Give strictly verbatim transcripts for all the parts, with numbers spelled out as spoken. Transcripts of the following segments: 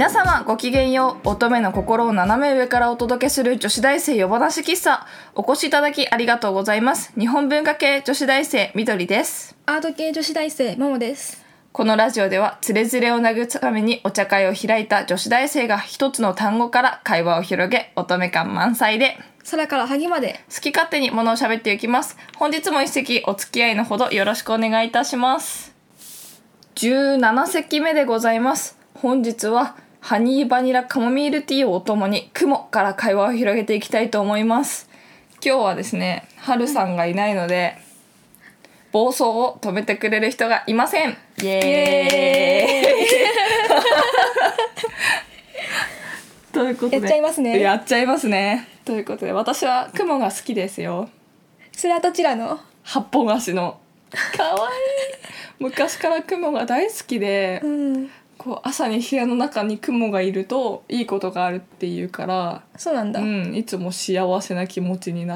皆様ごきげんよう。乙女の心を斜め上からお届けする女子大生夜話喫茶。お越しいただきありがとうございます。日本文化系女子大生みどりです。 アート系女子大生ももです。 このラジオではつれづれを慰むためにお茶会を開いた女子大生が一つの単語から会話を広げ、乙女感満載で空から萩まで好き勝手にものを喋っていきます。本日も一席お付き合いのほどよろしくお願いいたします。じゅうなな席目でございます。本日はハニーバニラカモミールティーをお供に雲から会話を広げていきたいと思います。今日はですね、はるさんがいないので、暴走を止めてくれる人がいません。イエーイということでやっちゃいますねやっちゃいますねということで、私は雲が好きですよ。 それはどちらの？ 八本足のかわいい昔から雲が大好きで、 うん、 こう朝に部屋の中に雲がいるといいことがあるっていうから、 そうなんだ、 うん、いつも幸せな気持ちに な,、 うん、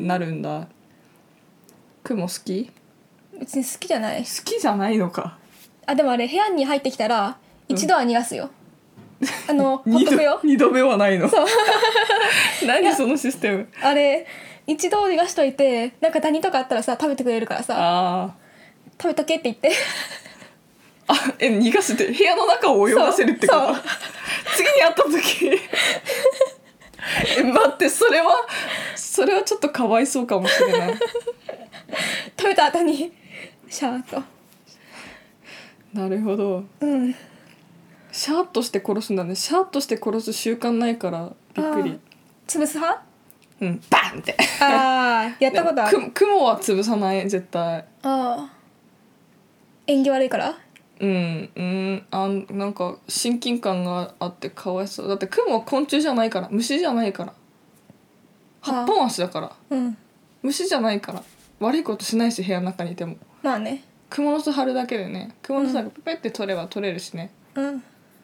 なるんだ。雲好き？ 別に好きじゃない。 好きじゃないのか。 あ、でもあれ部屋に入ってきたら一度は逃がすよ、うん、あのほっとくよ。 二度目はないの？ そう何そのシステム。 あれ一度逃がしといて、なんかダニとかあったらさ食べてくれるからさ、 あ食べとけって言ってあえ逃がして部屋の中を泳がせるってこと？次に会った時え待って、それはそれはちょっとかわいそうかもしれない。 食べた後にシャーっと。 なるほど。 うんシャーッとして殺すんだね。シャーッとして殺す習慣ないからびっくり。 潰す派？ うんバンってあーやったことある。 く雲は潰さない絶対。 ああ縁起悪いから？ うんうんあなんか親近感があってかわいそう。だって雲は昆虫じゃないから、虫じゃないから、八本足だから、 うん、 虫じゃないから悪いことしないし、部屋の中にいても。 まあね。 蜘蛛の巣張るだけでね、蜘蛛の巣なんかペペって取れば取れるしね。 うん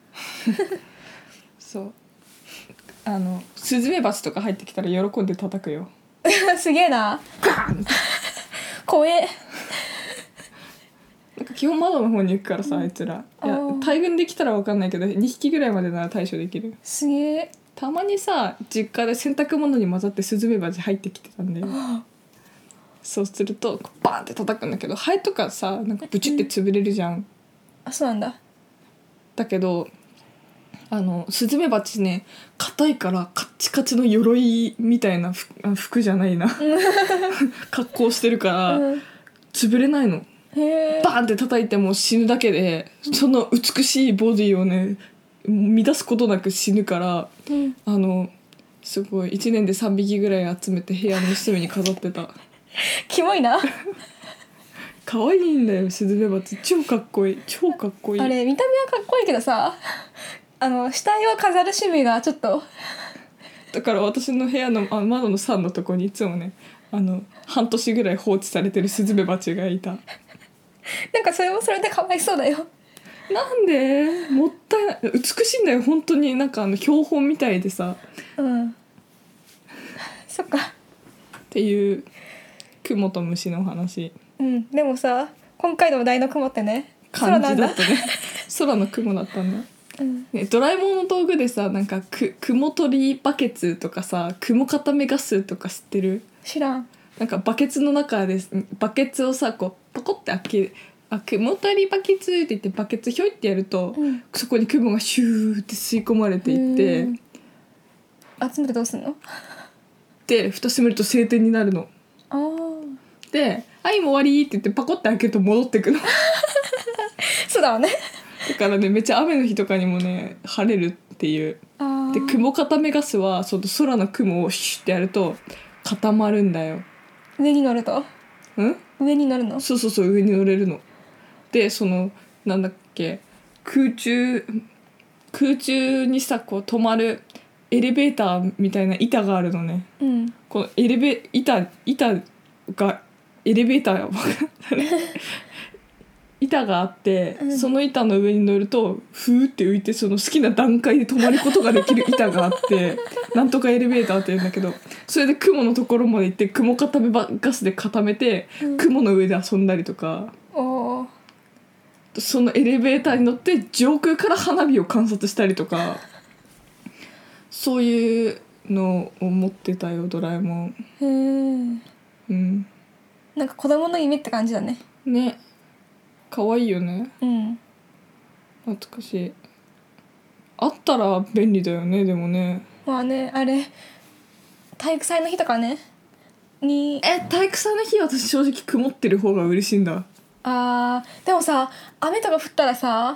そうあのスズメバチとか入ってきたら喜んで叩くよ。 すげえな。 ガーンって怖え。 なんか基本窓の方に行くからさ、あいつら。いや大群できたら分かんないけどにひきぐらいまでなら対処できる。 すげえ。 たまにさ実家で洗濯物に混ざってスズメバチ入ってきてたんだよ。そうするとバーンって叩くんだけど、ハエとかさなんかブチって潰れるじゃん、うん、 あ、そうなんだ。 だけどあのスズメバチね硬いからカッチカチの鎧みたいな 服, 服じゃないな格好してるから、うん、潰れないの。 へバーンって叩いても死ぬだけで、その美しいボディをね乱すことなく死ぬから、うん、あのすごいいちねんでさんびきぐらい集めて部屋の隅に飾ってた。 キモいな。 可愛いんだよスズメバチ。超かっこいい超かっこいい。 あれ見た目はかっこいいけどさ、あの死体を飾る趣味がちょっと。 だから私の部屋のあ窓のさんのとこにいつもね、あの半年ぐらい放置されてるスズメバチがいた。 なんかそれもそれでかわいそうだよ。 なんで？もったいない。美しいんだよ本当に。なんかあの標本みたいでさ。 うんそっかっていう雲と虫の話。 うん、でもさ今回のお題の雲ってね感じだったね。空の雲だったんだ、 うんね、ドラえもんの道具でさなんかく雲取りバケツとかさ雲固めガスとか知ってる？ 知らん。 なんかバケツの中でバケツをさこうパコって開ける、あ雲取りバケツって言ってバケツひょいってやると、うん、そこに雲がシューって吸い込まれていって集めてどうすんの？ で蓋閉めると晴天になるの。 あではいもう終わりって言ってパコって開けると戻ってくの。 そうだわね。 だからねめっちゃ雨の日とかにもね晴れるっていう。で雲固めガスはその空の雲をシュッてやると固まるんだよ。 上に乗ると？ ん？ 上に乗るの？ そうそうそう上に乗れるの。でそのなんだっけ空中空中にさこう止まるエレベーターみたいな板があるのね、 うん、 このエレベ板板がエレベーター板があって、うん、その板の上に乗るとふーって浮いてその好きな段階で止まることができる板があってなんとかエレベーターって言うんだけど、それで雲のところまで行って雲固めガスで固めて、うん、雲の上で遊んだりとか。 おそのエレベーターに乗って上空から花火を観察したりとかそういうのを持ってたよドラえもん。 へー、 うんなんか子供の夢って感じだね。 ね、かわいいよね。 うん懐かしい。あったら便利だよね。でもね、 まあね、あれ体育祭の日とかねにえ体育祭の日私正直曇ってる方が嬉しいんだ。 あーでもさ雨とか降ったらさ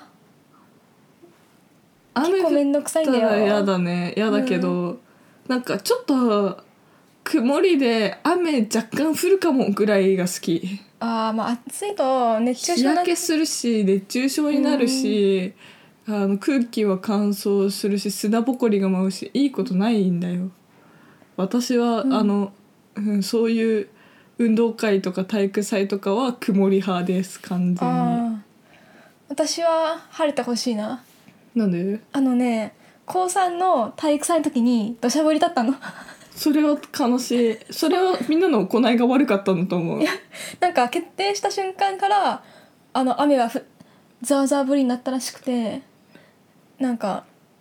結構めんどくさいんだよ。 雨降ったら嫌だね。嫌だけど、うん、なんかちょっと曇りで雨若干降るかもぐらいが好き。 あーまあ暑いと熱中症日焼けするし熱中症になるし、うん、あの空気は乾燥するし砂ぼこりが舞うしいいことないんだよ。私は、うん、あの、うん、そういう運動会とか体育祭とかは曇り派です完全に。 あ私は晴れてほしいな。 なんで？ あのね高さんの体育祭の時に土砂降りだったのそれは悲しい。それはみんなの行いが悪かったんだと思う。 いやなんか決定した瞬間からあの雨がふザーザー降りになったらしくて、なんか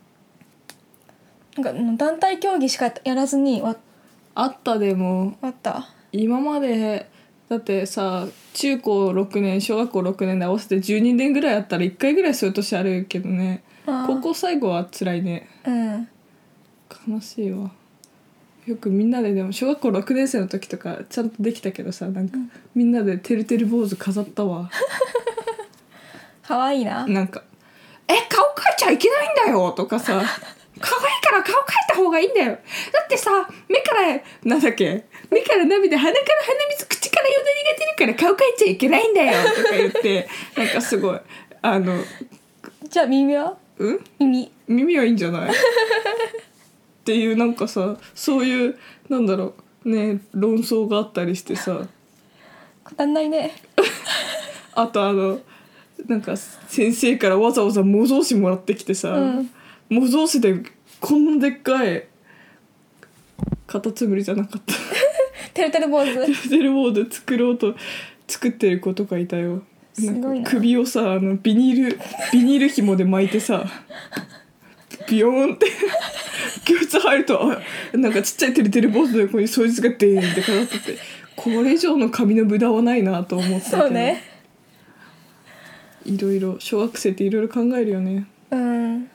なんか団体競技しかやらずにわあったでもあった今までだってさ中高ろくねん小学校ろくねんで合わせてじゅうにねんぐらいあったらいっかいぐらいそういう年あるけどね。高校最後は辛いね。 うん悲しいわ。よくみんなででも小学校ろくねん生の時とかちゃんとできたけどさなんか、うん、みんなでてるてる坊主飾ったわかわいいな。 なんかえ顔描いちゃいけないんだよとかさ可愛いから顔描いた方がいいんだよだってさ目からなんだっけ目から涙鼻から鼻水口からよだれが出るから顔描いちゃいけないんだよとか言ってなんかすごいあのじゃあ耳はうん耳耳はいいんじゃないっていうなんかさそういうなんだろうね論争があったりしてさくだんないねあとあのなんか先生からわざわざ模造紙もらってきてさ、うん、模造紙でこんなでっかいカタツムリじゃなかったてるてる坊主てるてる坊主作ろうと作ってる子とかいたよ。 すごいな。 首をさあのビニールビニール紐で巻いてさビヨーンって教室入るとあなんかちっちゃいてるてる坊主の横にそいつがデーンってかかっててこれ以上の紙の無駄はないなと思ってて。 そうね。 いろいろ小学生っていろいろ考えるよね。 うん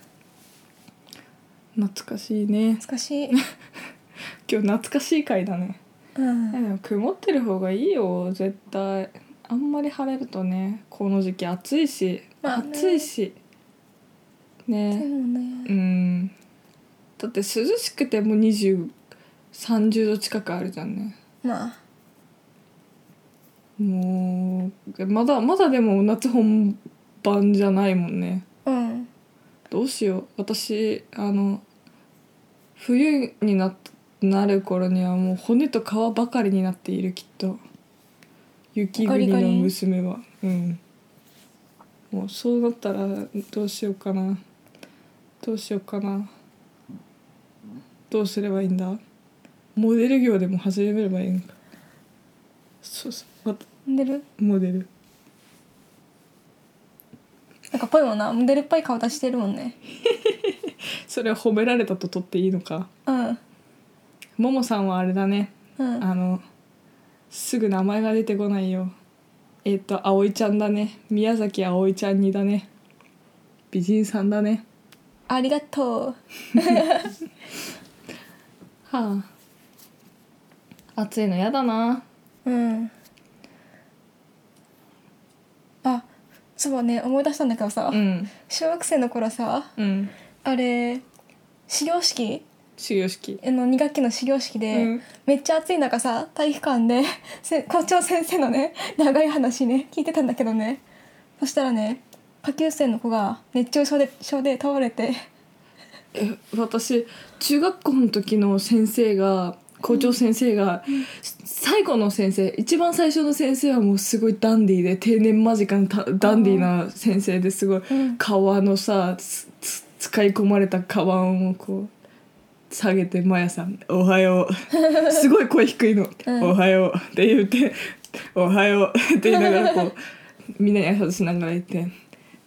懐かしいね。 懐かしい今日懐かしい回だね。 うん、 でも曇ってる方がいいよ絶対。あんまり晴れるとねこの時期暑いし、まあね、暑いしね。 そうね。 うんだって涼しくてもにじゅう、さんじゅうど近くあるじゃんね。 まあもうまだまだでも夏本番じゃないもんね。 うんどうしよう。私あの冬にな、なる頃にはもう骨と皮ばかりになっているきっと雪国の娘は。うんもうそうなったらどうしようかなどうしようかなどうすればいいんだ。モデル業でも始めればいいのか。そうそうモデルモデルなんかぽいもんな。モデルっぽい顔出してるもんねそれは褒められたと取っていいのか。 うんももさんはあれだね、 うん、 あのすぐ名前が出てこないよ。えっと葵ちゃんだね。宮崎葵ちゃんにだね。美人さんだね。 ありがとうはあ暑いのやだな。 うんあそうね思い出したんだけどさ、 うん、 小学生の頃さ、 うん、 あれ始業式始業式あのに学期の始業式で、うん、めっちゃ暑い中さ体育館で校長先生のね長い話ね聞いてたんだけどね。そしたらね下級生の子が熱中症で症で倒れてえ私中学校の時の先生が校長先生が、うん、最後の先生一番最初の先生はもうすごいダンディーで定年間近のダンディーな先生ですごい、うん、革のさ使い込まれたカバンをこう下げてマヤさんおはようすごい声低いの、うん、おはようって言っておはようって言いながらこうみんなに挨拶しながら言って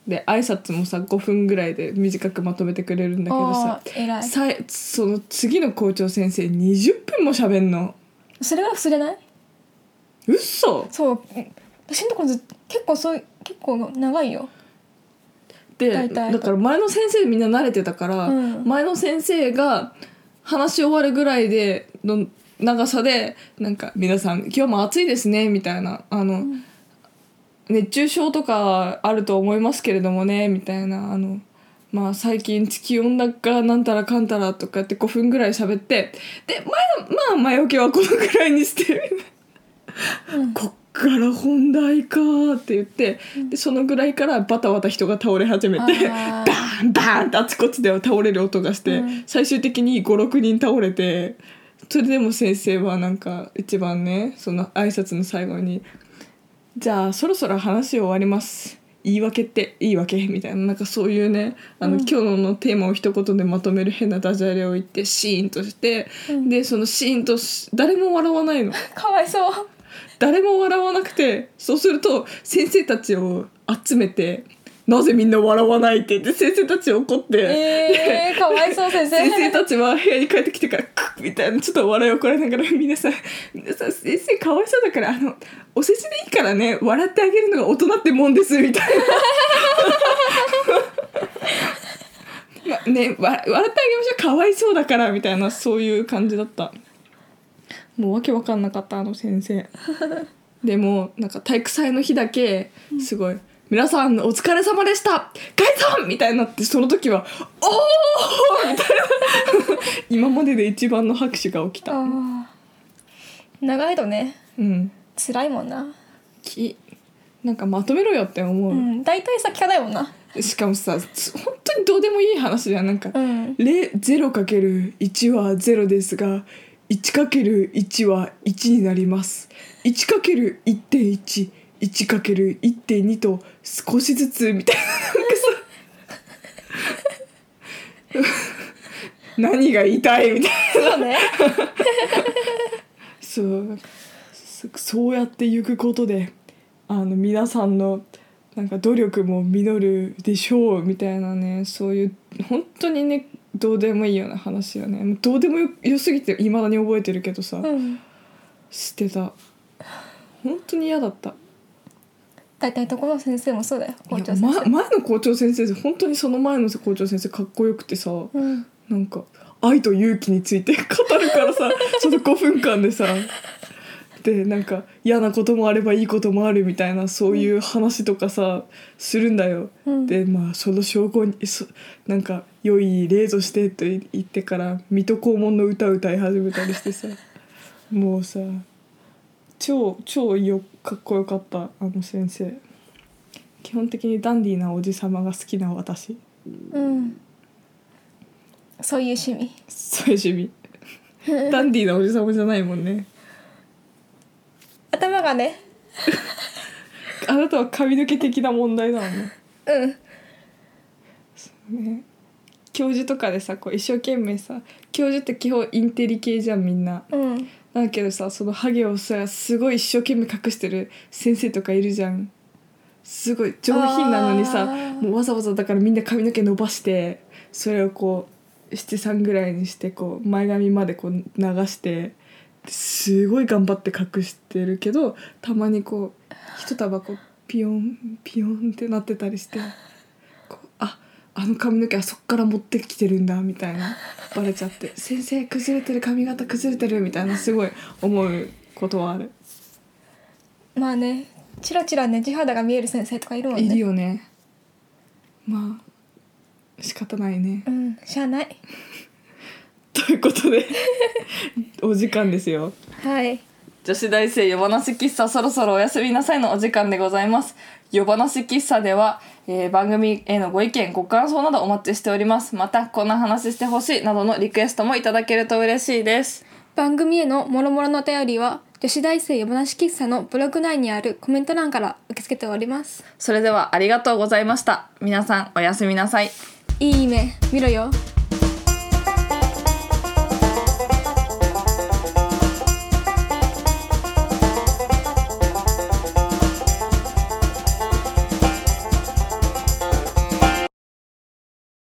で挨拶もさごふんぐらいで短くまとめてくれるんだけどさ、 偉い。 さその次の校長先生にじゅっぷんも喋んの。 それが普通じゃない？ うっそ。 そう私のところず結構そう結構長いよ。 でだから前の先生みんな慣れてたから、うん、前の先生が話し終わるぐらいでの長さでなんか皆さん今日も暑いですねみたいなあの、うん熱中症とかあると思いますけれどもねみたいなあの、まあ、最近地球温暖化なんたらかんたらとかってごふんぐらい喋ってで前のまあ前置きはこのぐらいにして、うん、こっから本題かって言って、うん、でそのぐらいからバタバタ人が倒れ始めてバーンバーンってあちこちで倒れる音がして、うん、最終的にごろくにん倒れてそれでも先生はなんか一番ねその挨拶の最後にじゃあそろそろ話終わります言い訳っていいわけみたいななんかそういうねあの、うん、今日のテーマを一言でまとめる変なダジャレを言ってシーンとして、うん、でそのシーンと誰も笑わないのかわいそう誰も笑わなくてそうすると先生たちを集めてなぜみんな笑わないって言って先生たち怒って、 えー、かわいそう先生先生たちは部屋に帰ってきてからクッみたいなちょっと笑いをこらえながら皆さん皆さん先生かわいそうだからあのお世辞でいいからね笑ってあげるのが大人ってもんですみたいなまねわ笑ってあげましょうかわいそうだからみたいなそういう感じだった。もうわけわかんなかったあの先生でもなんか体育祭の日だけすごい、うん皆さんお疲れ様でした解散みたいになってその時はおーみたいな今までで一番の拍手が起きた。 長いとね、 うん、 辛いもんなきなんかまとめろよって思う、うん、 大体さ聞かないもんな。 しかもさ本当にどうでもいい話じゃんなんか、うん、ゼロかけるいち はゼロですが いちかけるいち はいちになります いちかけるいってんいちいちかけるいってんに と少しずつみたいななんかさ何が言いたいみたいなそうねそうそうやってゆくことであの皆さんのなんか努力も実るでしょうみたいなねそういう本当にねどうでもいいような話よね。どうでも よ, よすぎていまだに覚えてるけどさ、うん、捨てた本当に嫌だった。 大体どこの先生もそうだよ校長先生、 ま、前の校長先生本当にその前の校長先生かっこよくてさ、うん、なんか愛と勇気について語るからさそのごふんかんでさでなんか嫌なこともあればいいこともあるみたいなそういう話とかさ、うん、するんだよ、うん、でまあその証拠にそなんか良い例としてと言ってから水戸黄門の歌を歌い始めたりしてさもうさ超超よかっこよかったあの先生。基本的にダンディーなおじさまが好きな私。 うんそういう趣味そういう趣味ダンディーなおじさまじゃないもんね頭がねあなたは髪の毛的な問題だもんね。 うんそうね教授とかでさこう一生懸命さ教授って基本インテリ系じゃんみんな、 うんだけどさそのハゲをさすごい一生懸命隠してる先生とかいるじゃん。すごい上品なのにさもうわざわざだからみんな髪の毛伸ばしてそれをこう七三ぐらいにしてこう前髪までこう流してすごい頑張って隠してるけどたまにこう一束こうピヨンピヨンってなってたりしてこうああの髪の毛はそっから持ってきてるんだみたいなバレちゃって先生崩れてる髪型崩れてるみたいなすごい思うことはある。 まあねチラチラね地肌が見える先生とかいるもんね。 いるよね。まあ仕方ないね。 うんしゃあないということでお時間ですよ。 はい。 女子大生夜話喫茶そろそろおやすみなさいのお時間でございます。夜話喫茶では、えー、番組へのご意見ご感想などお待ちしております。またこんな話してほしいなどのリクエストもいただけると嬉しいです。 番組へのもろもろのお便りは女子大生夜話喫茶のブログ内にあるコメント欄から受け付けております。 それではありがとうございました。皆さんおやすみなさい。 いい夢見ろよ。